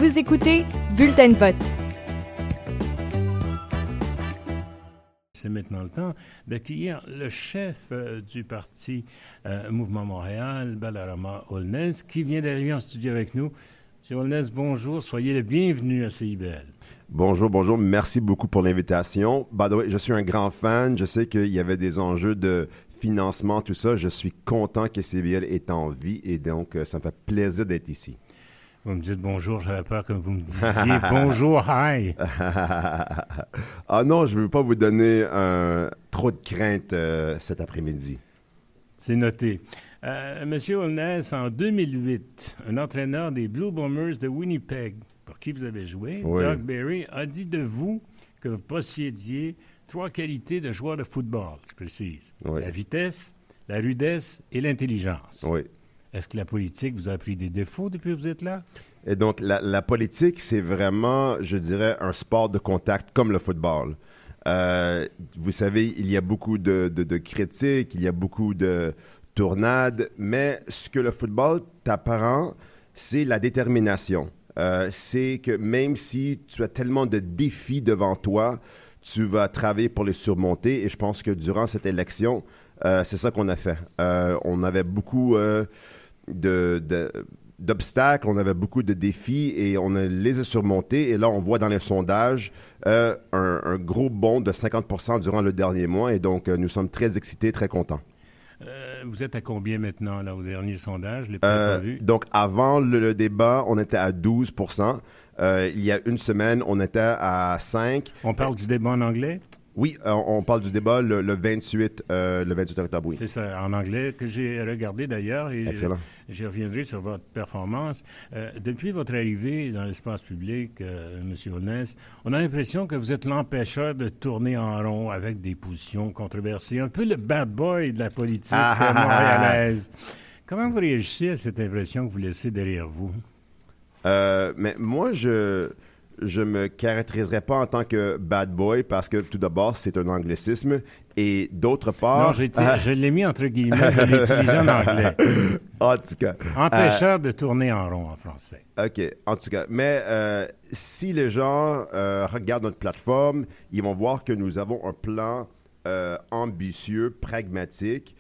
Vous écoutez Bulletin de vote. C'est maintenant le temps d'accueillir le chef du parti Mouvement Montréal, Balarama Holness, qui vient d'arriver en studio avec nous. M. Holness, bonjour, soyez le bienvenu à CIBL. Bonjour. Merci beaucoup pour l'invitation. By the way, je suis un grand fan. Je sais qu'il y avait des enjeux de financement, tout ça. Je suis content que CIBL est en vie et donc ça me fait plaisir d'être ici. Vous me dites bonjour, j'avais peur que vous me disiez bonjour, hi. Ah non, je ne veux pas vous donner trop de crainte cet après-midi. C'est noté. Monsieur Holness, en 2008, un entraîneur des Blue Bombers de Winnipeg, pour qui vous avez joué, oui. Doug Barry, a dit de vous que vous possédiez 3 qualités de joueur de football, je précise. Oui. La vitesse, la rudesse et l'intelligence. Oui. Est-ce que la politique vous a pris des défauts depuis que vous êtes là? Et donc, la politique, c'est vraiment, je dirais, un sport de contact comme le football. Vous savez, il y a beaucoup de critiques, il y a beaucoup de tournades, mais ce que le football t'apprend, c'est la détermination. C'est que même si tu as tellement de défis devant toi, tu vas travailler pour les surmonter. Et je pense que durant cette élection, c'est ça qu'on a fait. On avait beaucoup d'obstacles, on avait beaucoup de défis et on les a surmontés. Et là, on voit dans les sondages un gros bond de 50% durant le dernier mois. Et donc, nous sommes très excités, très contents. Vous êtes à combien maintenant, là, au dernier sondage? Je l'ai pas vu. Donc, avant le débat, on était à 12%. Il y a une semaine, on était à 5%. On parle du débat en anglais? Oui, on parle du débat le 28 octobre, oui. C'est ça, en anglais, que j'ai regardé d'ailleurs. Et excellent. Je reviendrai sur votre performance. Depuis votre arrivée dans l'espace public, M. Holness, on a l'impression que vous êtes l'empêcheur de tourner en rond avec des positions controversées, un peu le bad boy de la politique montréalaise. Comment vous réagissez à cette impression que vous laissez derrière vous? Mais moi, je me caractériserais pas en tant que bad boy parce que, tout d'abord, c'est un anglicisme et d'autre part... Non, je l'ai mis entre guillemets, je l'ai utilisé en anglais. En tout cas... Empêcheur de tourner en rond en français. OK, en tout cas. Mais si les gens regardent notre plateforme, ils vont voir que nous avons un plan ambitieux, pragmatique,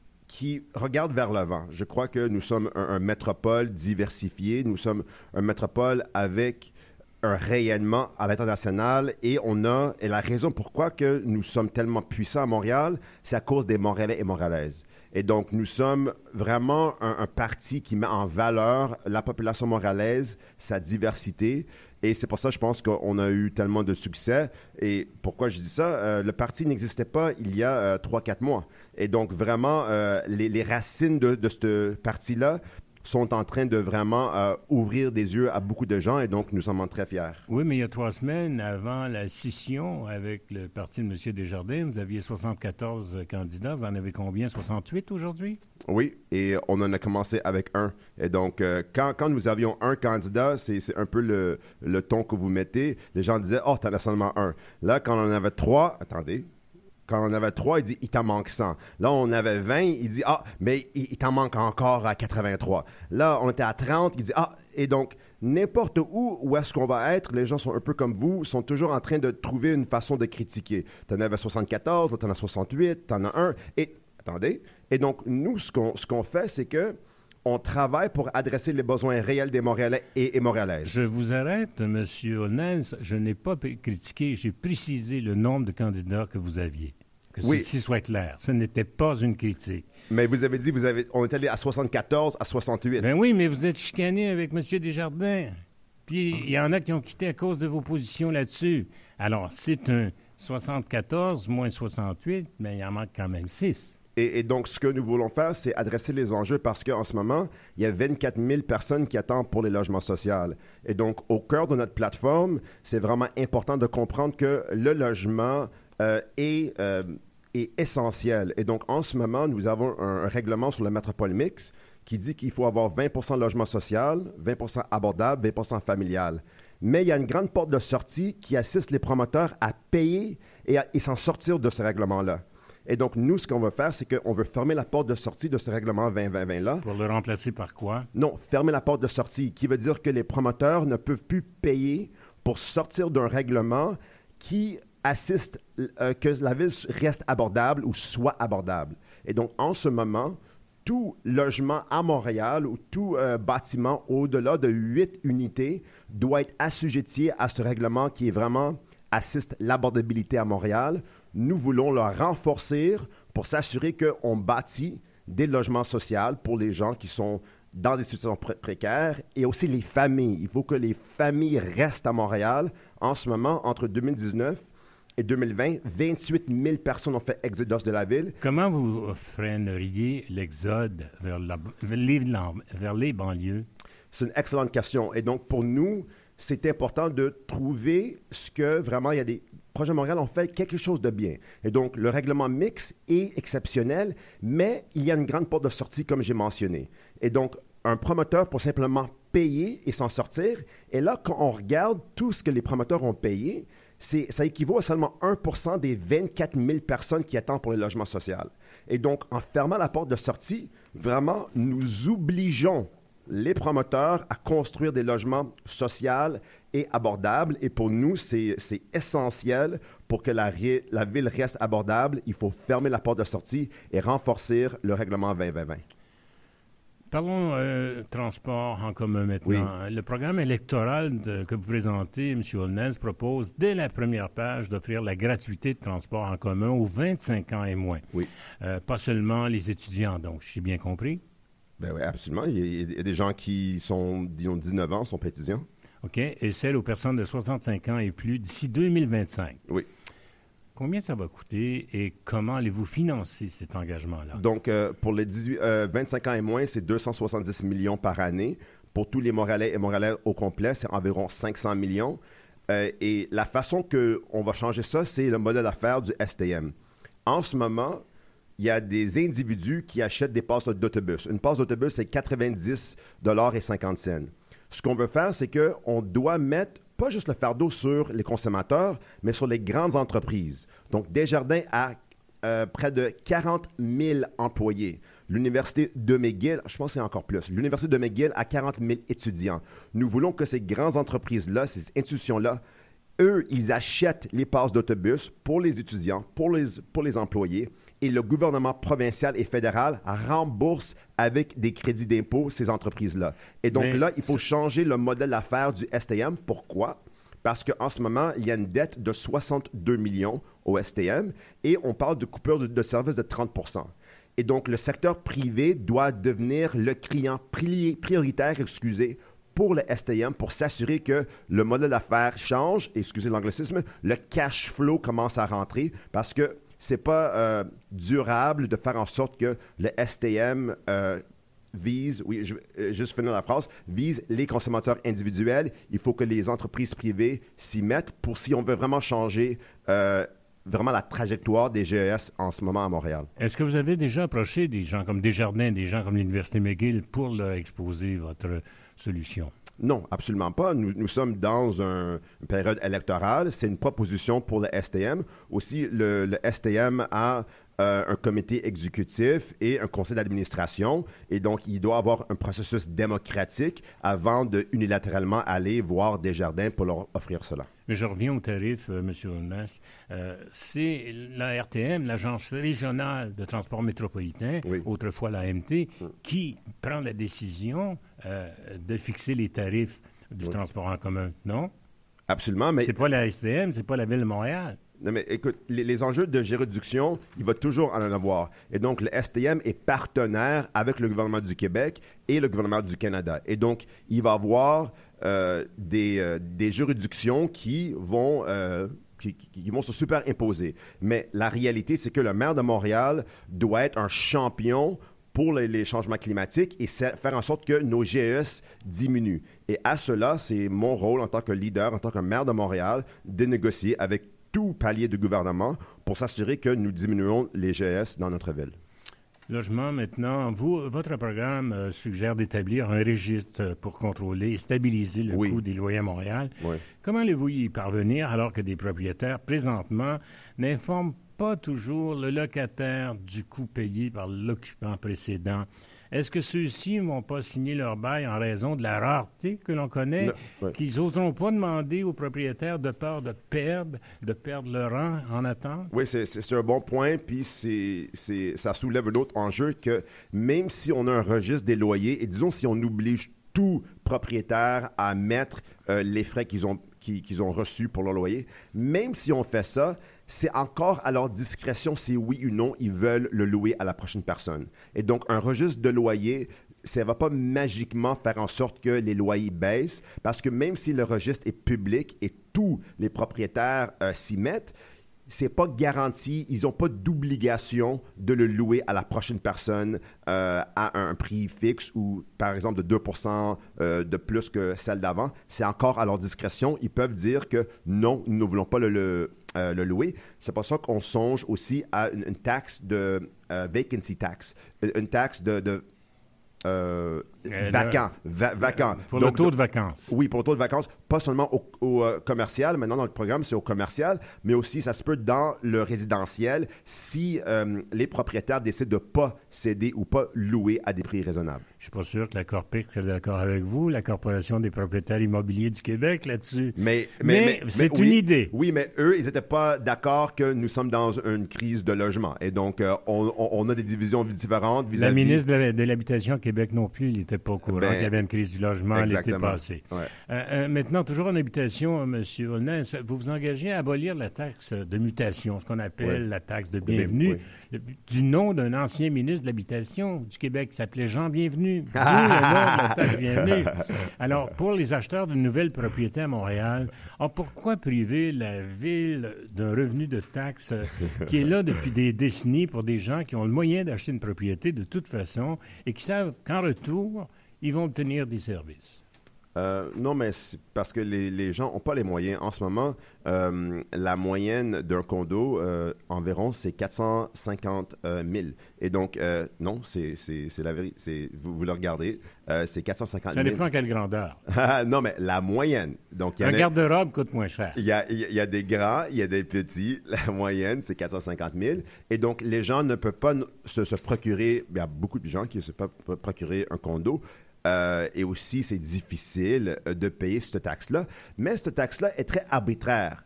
qui regarde vers l'avant. Je crois que nous sommes un métropole diversifié, nous sommes un métropole avec un rayonnement à l'international et la raison pourquoi que nous sommes tellement puissants à Montréal, c'est à cause des Montréalais et Montréalaises. Et donc, nous sommes vraiment un parti qui met en valeur la population montréalaise, sa diversité. Et c'est pour ça, je pense qu'on a eu tellement de succès. Et pourquoi je dis ça? Le parti n'existait pas il y a 3-4 mois. Et donc, vraiment, les racines de ce parti-là sont en train de vraiment ouvrir des yeux à beaucoup de gens et donc nous sommes très fiers. Oui, mais il y a 3 semaines, avant la scission avec le parti de M. Desjardins, vous aviez 74 candidats. Vous en avez combien? 68 aujourd'hui? Oui, et on en a commencé avec 1. Et donc, quand nous avions 1 candidat, c'est un peu le ton que vous mettez. Les gens disaient « Oh, t'en as seulement 1 ». Là, quand on en avait 3, attendez... Quand on avait 3, il dit « Il t'en manque 100 ». Là, on avait 20, il dit « Ah, mais il t'en manque encore à 83 ». Là, on était à 30, il dit « Ah ». Et donc, n'importe où est-ce qu'on va être, les gens sont un peu comme vous, sont toujours en train de trouver une façon de critiquer. T'en avais 74, là, t'en as 68, t'en as 1. Et, attendez. Et donc, nous, ce qu'on fait, c'est que on travaille pour adresser les besoins réels des Montréalais et Montréalaises. Je vous arrête, M. Holness. Je n'ai pas critiqué, j'ai précisé le nombre de candidats que vous aviez. Que ceci soit clair. Ce n'était pas une critique. Mais vous avez dit, on est allé à 74, à 68. Ben oui, mais vous êtes chicané avec M. Desjardins. Puis il y en a qui ont quitté à cause de vos positions là-dessus. Alors, c'est un 74 moins 68, mais il en manque quand même 6. Et donc, ce que nous voulons faire, c'est adresser les enjeux parce qu'en ce moment, il y a 24 000 personnes qui attendent pour les logements sociaux. Et donc, au cœur de notre plateforme, c'est vraiment important de comprendre que le logement est essentiel. Et donc, en ce moment, nous avons un règlement sur le métropole mix qui dit qu'il faut avoir 20 de logement social, 20 abordable, 20 familial. Mais il y a une grande porte de sortie qui assiste les promoteurs à payer et s'en sortir de ce règlement-là. Et donc, nous, ce qu'on veut faire, c'est qu'on veut fermer la porte de sortie de ce règlement 2020-là. Pour le remplacer par quoi? Non, fermer la porte de sortie, qui veut dire que les promoteurs ne peuvent plus payer pour sortir d'un règlement qui assiste que la ville reste abordable ou soit abordable. Et donc, en ce moment, tout logement à Montréal ou tout bâtiment au-delà de 8 unités doit être assujetti à ce règlement qui est vraiment assiste l'abordabilité à Montréal. Nous voulons le renforcer pour s'assurer qu'on bâtit des logements sociaux pour les gens qui sont dans des situations précaires et aussi les familles. Il faut que les familles restent à Montréal. En ce moment, entre 2019 et 2020, 28 000 personnes ont fait exodus de la ville. Comment vous freineriez l'exode vers les banlieues? C'est une excellente question. Et donc, pour nous, c'est important de trouver ce que vraiment, il y a des projets Montréal ont fait quelque chose de bien. Et donc, le règlement mixte est exceptionnel, mais il y a une grande porte de sortie, comme j'ai mentionné. Et donc, un promoteur pour simplement payer et s'en sortir. Et là, quand on regarde tout ce que les promoteurs ont payé, ça équivaut à seulement 1% des 24 000 personnes qui attendent pour les logements sociaux. Et donc, en fermant la porte de sortie, vraiment, nous obligeons les promoteurs à construire des logements sociaux et abordables. Et pour nous, c'est essentiel pour que la ville reste abordable. Il faut fermer la porte de sortie et renforcer le règlement 2020. Parlons transport en commun maintenant. Oui. Le programme électoral que vous présentez, M. Holness, propose dès la première page d'offrir la gratuité de transport en commun aux 25 ans et moins. Oui. Pas seulement les étudiants, donc, j'ai bien compris? Ben oui, absolument. Il y a des gens qui sont, disons, 19 ans, sont pas étudiants. OK. Et celle aux personnes de 65 ans et plus d'ici 2025. Oui. Combien ça va coûter et comment allez-vous financer cet engagement-là? Donc, pour les 25 ans et moins, c'est 270 millions par année. Pour tous les Montréalais et Montréalais au complet, c'est environ 500 millions. Et la façon qu'on va changer ça, c'est le modèle d'affaires du STM. En ce moment, il y a des individus qui achètent des passes d'autobus. Une passe d'autobus, c'est 90,50 $. Ce qu'on veut faire, c'est qu'on doit mettre pas juste le fardeau sur les consommateurs, mais sur les grandes entreprises. Donc, Desjardins a près de 40 000 employés. L'Université de McGill, je pense que c'est encore plus. L'Université de McGill a 40 000 étudiants. Nous voulons que ces grandes entreprises-là, ces institutions-là, eux, ils achètent les passes d'autobus pour les étudiants, pour les employés, et le gouvernement provincial et fédéral rembourse avec des crédits d'impôt ces entreprises-là. Et donc là, il faut changer le modèle d'affaires du STM. Pourquoi? Parce qu'en ce moment, il y a une dette de 62 millions au STM et on parle de coupure de services de 30 %. Et donc, le secteur privé doit devenir le client prioritaire, pour le STM pour s'assurer que le modèle d'affaires change, excusez l'anglicisme, le cash flow commence à rentrer parce que c'est pas durable de faire en sorte que le STM vise, oui, je vais juste finir la phrase, vise les consommateurs individuels. Il faut que les entreprises privées s'y mettent pour si on veut vraiment changer vraiment la trajectoire des GES en ce moment à Montréal. Est-ce que vous avez déjà approché des gens comme Desjardins, des gens comme l'Université McGill pour leur exposer votre solution? Non, absolument pas. Nous sommes dans une période électorale. C'est une proposition pour le STM. Aussi, le STM a un comité exécutif et un conseil d'administration. Et donc, il doit avoir un processus démocratique avant de unilatéralement aller voir Desjardins pour leur offrir cela. Mais je reviens au tarif, M. Holness. C'est la RTM, l'Agence régionale de transport métropolitain, oui, autrefois l'AMT, qui prend la décision de fixer les tarifs du oui, transport en commun, non? Absolument, mais... C'est pas la STM, c'est pas la Ville de Montréal. Non, mais écoute, les enjeux de juridiction, il va toujours en avoir. Et donc, le STM est partenaire avec le gouvernement du Québec et le gouvernement du Canada. Et donc, il va y avoir des juridictions qui vont se superimposer. Mais la réalité, c'est que le maire de Montréal doit être un champion pour les changements climatiques et faire en sorte que nos GES diminuent. Et à cela, c'est mon rôle en tant que leader, en tant que maire de Montréal, de négocier avec tout palier de gouvernement pour s'assurer que nous diminuons les GES dans notre ville. Logement, maintenant, votre programme suggère d'établir un registre pour contrôler et stabiliser le coût des loyers à Montréal. Oui. Comment allez-vous y parvenir alors que des propriétaires, présentement, n'informent pas toujours le locataire du coût payé par l'occupant précédent. Est-ce que ceux-ci ne vont pas signer leur bail en raison de la rareté que l'on connaît, qu'ils n'oseront pas demander aux propriétaires de peur de perdre leur rang en attente? Oui, c'est un bon point, puis ça soulève un autre enjeu que même si on a un registre des loyers, et disons si on oblige tout propriétaire à mettre les frais qu'ils ont reçus pour leur loyer, même si on fait ça, c'est encore à leur discrétion si oui ou non ils veulent le louer à la prochaine personne. Et donc, un registre de loyer, ça ne va pas magiquement faire en sorte que les loyers baissent, parce que même si le registre est public et tous les propriétaires s'y mettent, c'est pas garanti, ils n'ont pas d'obligation de le louer à la prochaine personne à un prix fixe ou, par exemple, de 2 de plus que celle d'avant. C'est encore à leur discrétion. Ils peuvent dire que non, nous ne voulons pas le louer. C'est pour ça qu'on songe aussi à une taxe de vacancy tax, une taxe de vacant. Pour le taux de vacances. Oui, pour le taux de vacances, pas seulement au commercial, maintenant dans le programme, c'est au commercial, mais aussi ça se peut dans le résidentiel si les propriétaires décident de ne pas céder ou pas louer à des prix raisonnables. Je suis pas sûr que la Corpic serait d'accord avec vous, la Corporation des propriétaires immobiliers du Québec, là-dessus. Mais c'est une idée. Oui, mais eux, ils n'étaient pas d'accord que nous sommes dans une crise de logement. Et donc, on a des divisions différentes vis-à-vis... La ministre de l'Habitation au Québec non plus, il n'était pas au courant qu'il y avait une crise du logement l'été passé. Ouais. Maintenant, toujours en habitation, M. Holness, vous vous engagez à abolir la taxe de mutation, ce qu'on appelle la taxe de bienvenue, du nom d'un ancien ministre de l'Habitation du Québec qui s'appelait Jean Bienvenu. D'où le nom de la taxe bienvenue. Alors, pour les acheteurs de nouvelles propriétés à Montréal, pourquoi priver la ville d'un revenu de taxe qui est là depuis des décennies pour des gens qui ont le moyen d'acheter une propriété de toute façon et qui savent qu'en retour, ils vont obtenir des services? Non, mais c'est parce que les gens n'ont pas les moyens. En ce moment, la moyenne d'un condo, environ, c'est 450 000. Et donc, non, c'est la vérité. Vous le regardez, c'est 450 000. Ça dépend à quelle grandeur. Non, mais la moyenne. Donc, un garde-robe coûte moins cher. Il y a des grands, il y a des petits. La moyenne, c'est 450 000. Et donc, les gens ne peuvent pas se procurer... Il y a beaucoup de gens qui ne se peuvent pas procurer un condo. Et aussi, c'est difficile de payer cette taxe-là. Mais cette taxe-là est très arbitraire.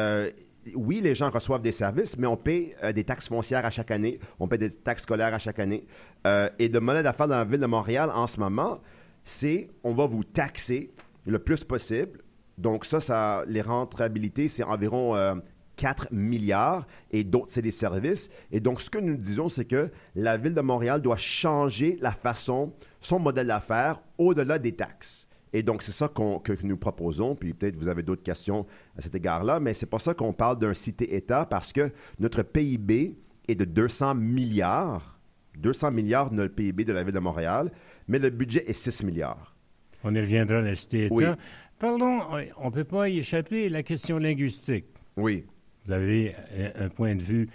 Oui, les gens reçoivent des services, mais on paie des taxes foncières à chaque année. On paie des taxes scolaires à chaque année. Et le modèle d'affaires dans la ville de Montréal, en ce moment, c'est on va vous taxer le plus possible. Donc ça les rentabilités, c'est environ 4 milliards et d'autres, c'est des services. Et donc, ce que nous disons, c'est que la Ville de Montréal doit changer son modèle d'affaires au-delà des taxes. Et donc, c'est ça que nous proposons. Puis peut-être vous avez d'autres questions à cet égard-là, mais c'est pour ça qu'on parle d'un cité-État parce que notre PIB est de 200 milliards. 200 milliards de notre PIB de la Ville de Montréal, mais le budget est 6 milliards. On y reviendra à la cité-État. Oui. Pardon, on ne peut pas y échapper, la question linguistique. Oui. Vous avez un point de vue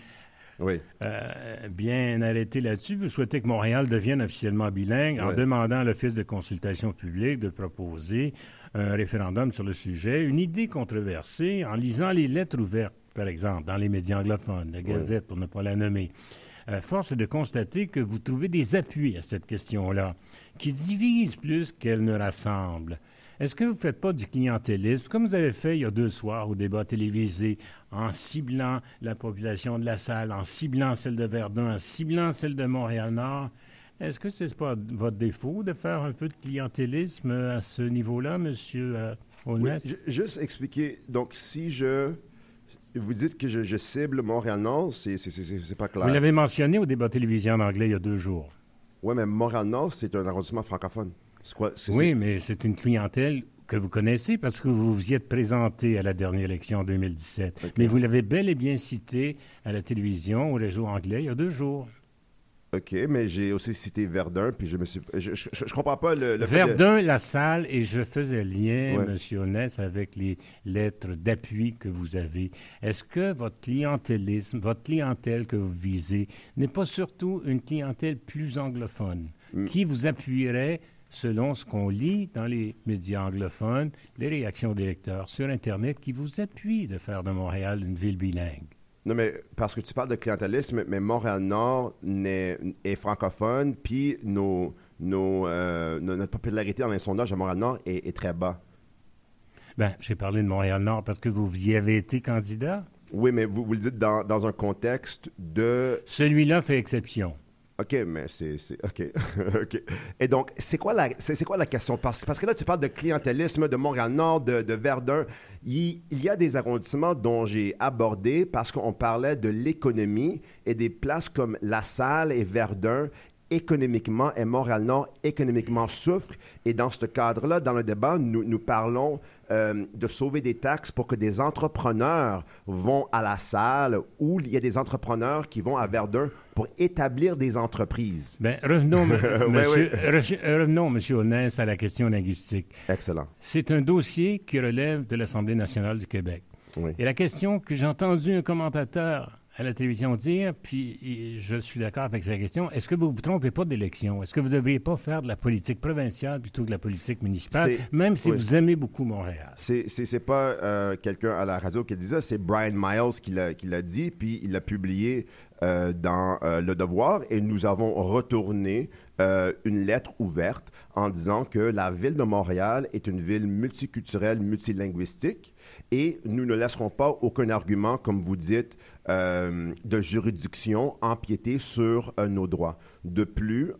bien arrêté là-dessus. Vous souhaitez que Montréal devienne officiellement bilingue en demandant à l'Office de consultation publique de proposer un référendum sur le sujet. Une idée controversée en lisant les lettres ouvertes, par exemple, dans les médias anglophones, la Gazette, pour ne pas la nommer. Force est de constater que vous trouvez des appuis à cette question-là, qui divise plus qu'elle ne rassemble. Est-ce que vous ne faites pas du clientélisme, comme vous avez fait il y a 2 soirs au débat télévisé, en ciblant la population de la salle, en ciblant celle de Verdun, en ciblant celle de Montréal-Nord? Est-ce que ce n'est pas votre défaut de faire un peu de clientélisme à ce niveau-là, M. Holness? Oui, juste expliquer. Donc, si vous dites que je cible Montréal-Nord, c'est pas clair. Vous l'avez mentionné au débat télévisé en anglais il y a 2 jours. Oui, mais Montréal-Nord, c'est un arrondissement francophone. Oui, mais c'est une clientèle que vous connaissez parce que vous vous y êtes présenté à la dernière élection en 2017. Okay. Mais vous l'avez bel et bien cité à la télévision, au réseau anglais, il y a 2 jours. OK, mais j'ai aussi cité Verdun, puis je comprends pas le Verdun, la salle, et je faisais lien, M. Holness, avec les lettres d'appui que vous avez. Est-ce que votre clientélisme, votre clientèle que vous visez, n'est pas surtout une clientèle plus anglophone qui vous appuierait selon ce qu'on lit dans les médias anglophones, les réactions des lecteurs sur Internet qui vous appuient de faire de Montréal une ville bilingue? Non, mais parce que tu parles de clientélisme, mais Montréal-Nord est francophone, puis notre popularité dans les sondages à Montréal-Nord est très bas. Bien, j'ai parlé de Montréal-Nord parce que vous y avez été candidat. Oui, mais vous le dites dans un contexte de... Celui-là fait exception. OK, mais c'est OK. OK. Et donc, c'est quoi la question? Parce que là, tu parles de clientélisme, de Montréal-Nord, de Verdun. Il y a des arrondissements dont j'ai abordé parce qu'on parlait de l'économie et des places comme La Salle et Verdun économiquement, et Montréal-Nord économiquement souffre. Et dans ce cadre-là, dans le débat, nous parlons de sauver des taxes pour que des entrepreneurs vont à La Salle ou il y a des entrepreneurs qui vont à Verdun pour établir des entreprises. Bien, revenons, M. Holness, à la question linguistique. Excellent. C'est un dossier qui relève de l'Assemblée nationale du Québec. Oui. Et la question que j'ai entendu un commentateur à la télévision dire, puis je suis d'accord avec sa question, est-ce que vous ne vous trompez pas d'élection? Est-ce que vous ne devriez pas faire de la politique provinciale plutôt que de la politique municipale, même si vous aimez beaucoup Montréal? C'est pas quelqu'un à la radio qui dit ça, c'est Brian Miles qui l'a dit, puis il l'a publié dans Le Devoir, et nous avons retourné une lettre ouverte en disant que la ville de Montréal est une ville multiculturelle, multilinguistique, et nous ne laisserons pas aucun argument, comme vous dites, de juridiction empiéter sur nos droits. De plus,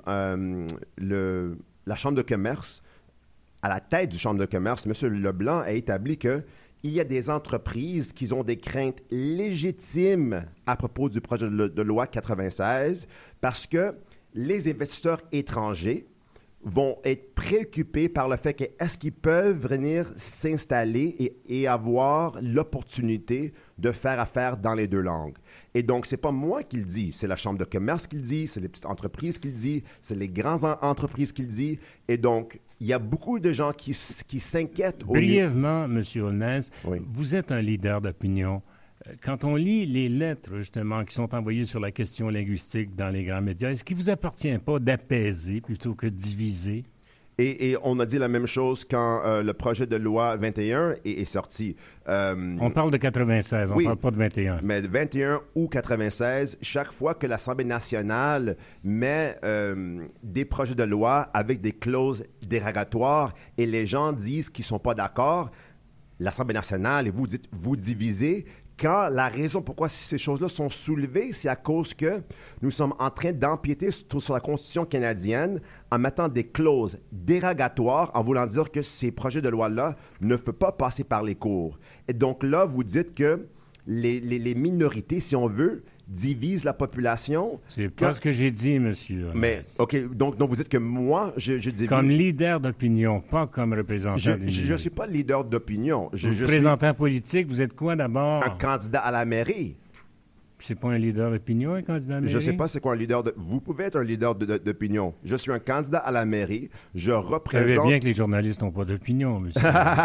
la Chambre de commerce, à la tête du Chambre de commerce, M. Leblanc a établi qu'il y a des entreprises qui ont des craintes légitimes à propos du projet de loi 96 parce que les investisseurs étrangers vont être préoccupés par le fait que est-ce qu'ils peuvent venir s'installer et avoir l'opportunité de faire affaire dans les deux langues. Et donc, c'est pas moi qui le dis, c'est la Chambre de commerce qui le dit, c'est les petites entreprises qui le dit, c'est les grandes entreprises qui le dit. Et donc, il y a beaucoup de gens qui s'inquiètent. Brièvement, M. Holness, oui. Vous êtes un leader d'opinion. Quand on lit les lettres, justement, qui sont envoyées sur la question linguistique dans les grands médias, est-ce qu'il ne vous appartient pas d'apaiser plutôt que de diviser? Et on a dit la même chose quand le projet de loi 21 est sorti. On parle de 96, on ne parle pas de 21. Mais 21 ou 96, chaque fois que l'Assemblée nationale met des projets de loi avec des clauses dérogatoires et les gens disent qu'ils ne sont pas d'accord, l'Assemblée nationale, et vous dites, vous divisez. Quand la raison pourquoi ces choses-là sont soulevées, c'est à cause que nous sommes en train d'empiéter sur la Constitution canadienne en mettant des clauses dérogatoires, en voulant dire que ces projets de loi-là ne peuvent pas passer par les cours. Et donc là, vous dites que les minorités, si on veut, divisent la population. C'est pas ce que j'ai dit, monsieur. Mais, OK, donc vous dites que moi, je divise. Comme leader d'opinion, pas comme représentant Je ne suis pas leader d'opinion. Représentant politique, vous êtes quoi d'abord? Un candidat à la mairie. C'est pas un leader d'opinion, un candidat à la mairie? Je ne sais pas c'est quoi un leader de... Vous pouvez être un leader d'opinion. Je suis un candidat à la mairie. Je représente... Vous savez bien que les journalistes n'ont pas d'opinion, monsieur.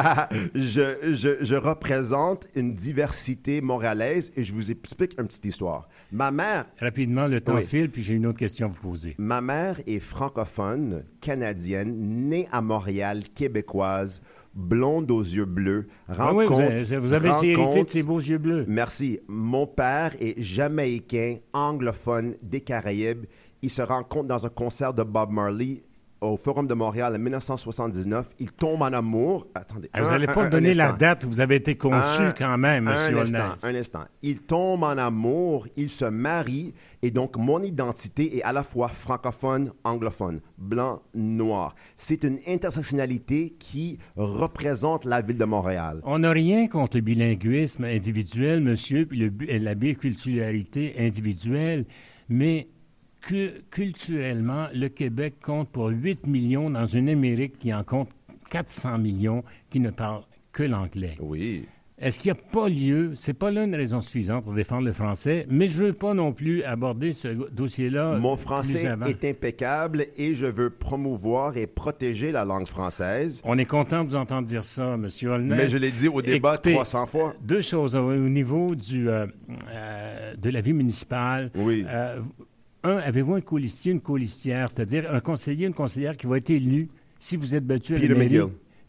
je représente une diversité montréalaise et je vous explique une petite histoire. Ma mère... Rapidement, le temps file, puis j'ai une autre question à vous poser. Ma mère est francophone, canadienne, née à Montréal, québécoise, blonde aux yeux bleus. Vous avez hérité de ces beaux yeux bleus. Merci. Mon père est jamaïcain, anglophone, des Caraïbes. Il se rencontre dans un concert de Bob Marley au Forum de Montréal en 1979. Il tombe en amour. Attendez. Vous n'allez pas me donner la date où vous avez été conçu quand même, M. Holness. Un instant. Il tombe en amour, il se marie, et donc mon identité est à la fois francophone, anglophone, blanc, noir. C'est une intersectionnalité qui représente la ville de Montréal. On n'a rien contre le bilinguisme individuel, monsieur, puis la biculturalité individuelle, mais culturellement, le Québec compte pour 8 millions dans une Amérique qui en compte 400 millions qui ne parlent que l'anglais. Oui. Est-ce qu'il n'y a pas lieu, c'est pas là une raison suffisante pour défendre le français, mais je ne veux pas non plus aborder ce dossier-là. Mon français est impeccable et je veux promouvoir et protéger la langue française. On est content de vous entendre dire ça, M. Holness. Mais je l'ai dit au débat 300 fois. Deux choses au niveau de la vie municipale. Oui. Avez-vous un colistier, une colistière, c'est-à-dire un conseiller, une conseillère qui va être élu si vous êtes battu à la mairie?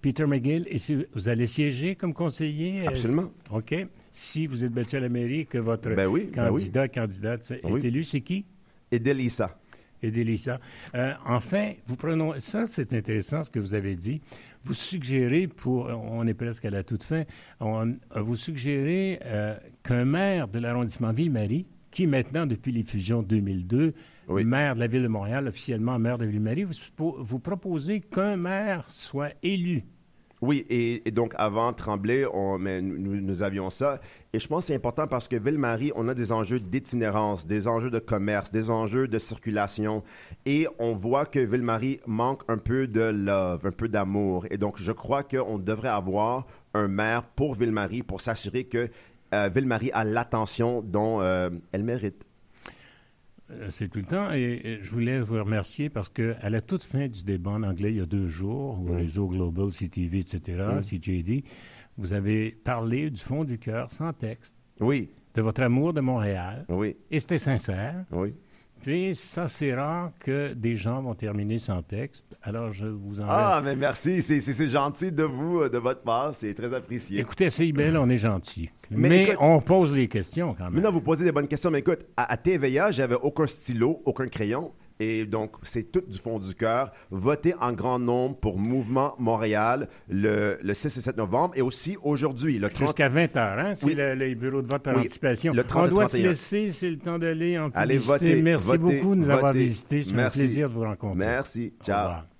Peter McGill, et si vous allez siéger comme conseiller? Absolument. OK. Si vous êtes battu à la mairie, que votre candidate est élu, c'est qui? Edelisa. Edelisa. Enfin, ça c'est intéressant ce que vous avez dit. Vous suggérez, on est presque à la toute fin, vous suggérez qu'un maire de l'arrondissement Ville-Marie, qui maintenant, depuis les fusions 2002, maire de la Ville de Montréal, officiellement maire de Ville-Marie, vous proposez qu'un maire soit élu. Oui, et donc avant Tremblay, nous avions ça. Et je pense que c'est important parce que Ville-Marie, on a des enjeux d'itinérance, des enjeux de commerce, des enjeux de circulation. Et on voit que Ville-Marie manque un peu de love, un peu d'amour. Et donc, je crois qu'on devrait avoir un maire pour Ville-Marie pour s'assurer que Ville-Marie a l'attention dont elle mérite. C'est tout le temps. Et je voulais vous remercier parce qu'à la toute fin du débat en anglais, il y a 2 jours, au réseau Global, CTV, etc., CJD, vous avez parlé du fond du cœur, sans texte, de votre amour de Montréal. Oui. Et c'était sincère. Oui. Puis ça, c'est rare que des gens vont terminer sans texte. Alors, je vous en mais merci. C'est gentil de vous, de votre part. C'est très apprécié. Écoutez, c'est belle, on est gentil. Mais écoute, on pose les questions quand même. Mais non, vous posez des bonnes questions. Mais écoute, à TVA, j'avais aucun stylo, aucun crayon. Et donc, c'est tout du fond du cœur. Votez en grand nombre pour Mouvement Montréal le 6 et 7 novembre. Et aussi aujourd'hui, le 30... Jusqu'à 20h, hein? C'est les bureaux de vote par anticipation. Le 30 on doit 31. se laisser, c'est le temps d'aller en publicité. Allez voter. Merci beaucoup de nous avoir visités. C'est un plaisir de vous rencontrer. Merci. Ciao.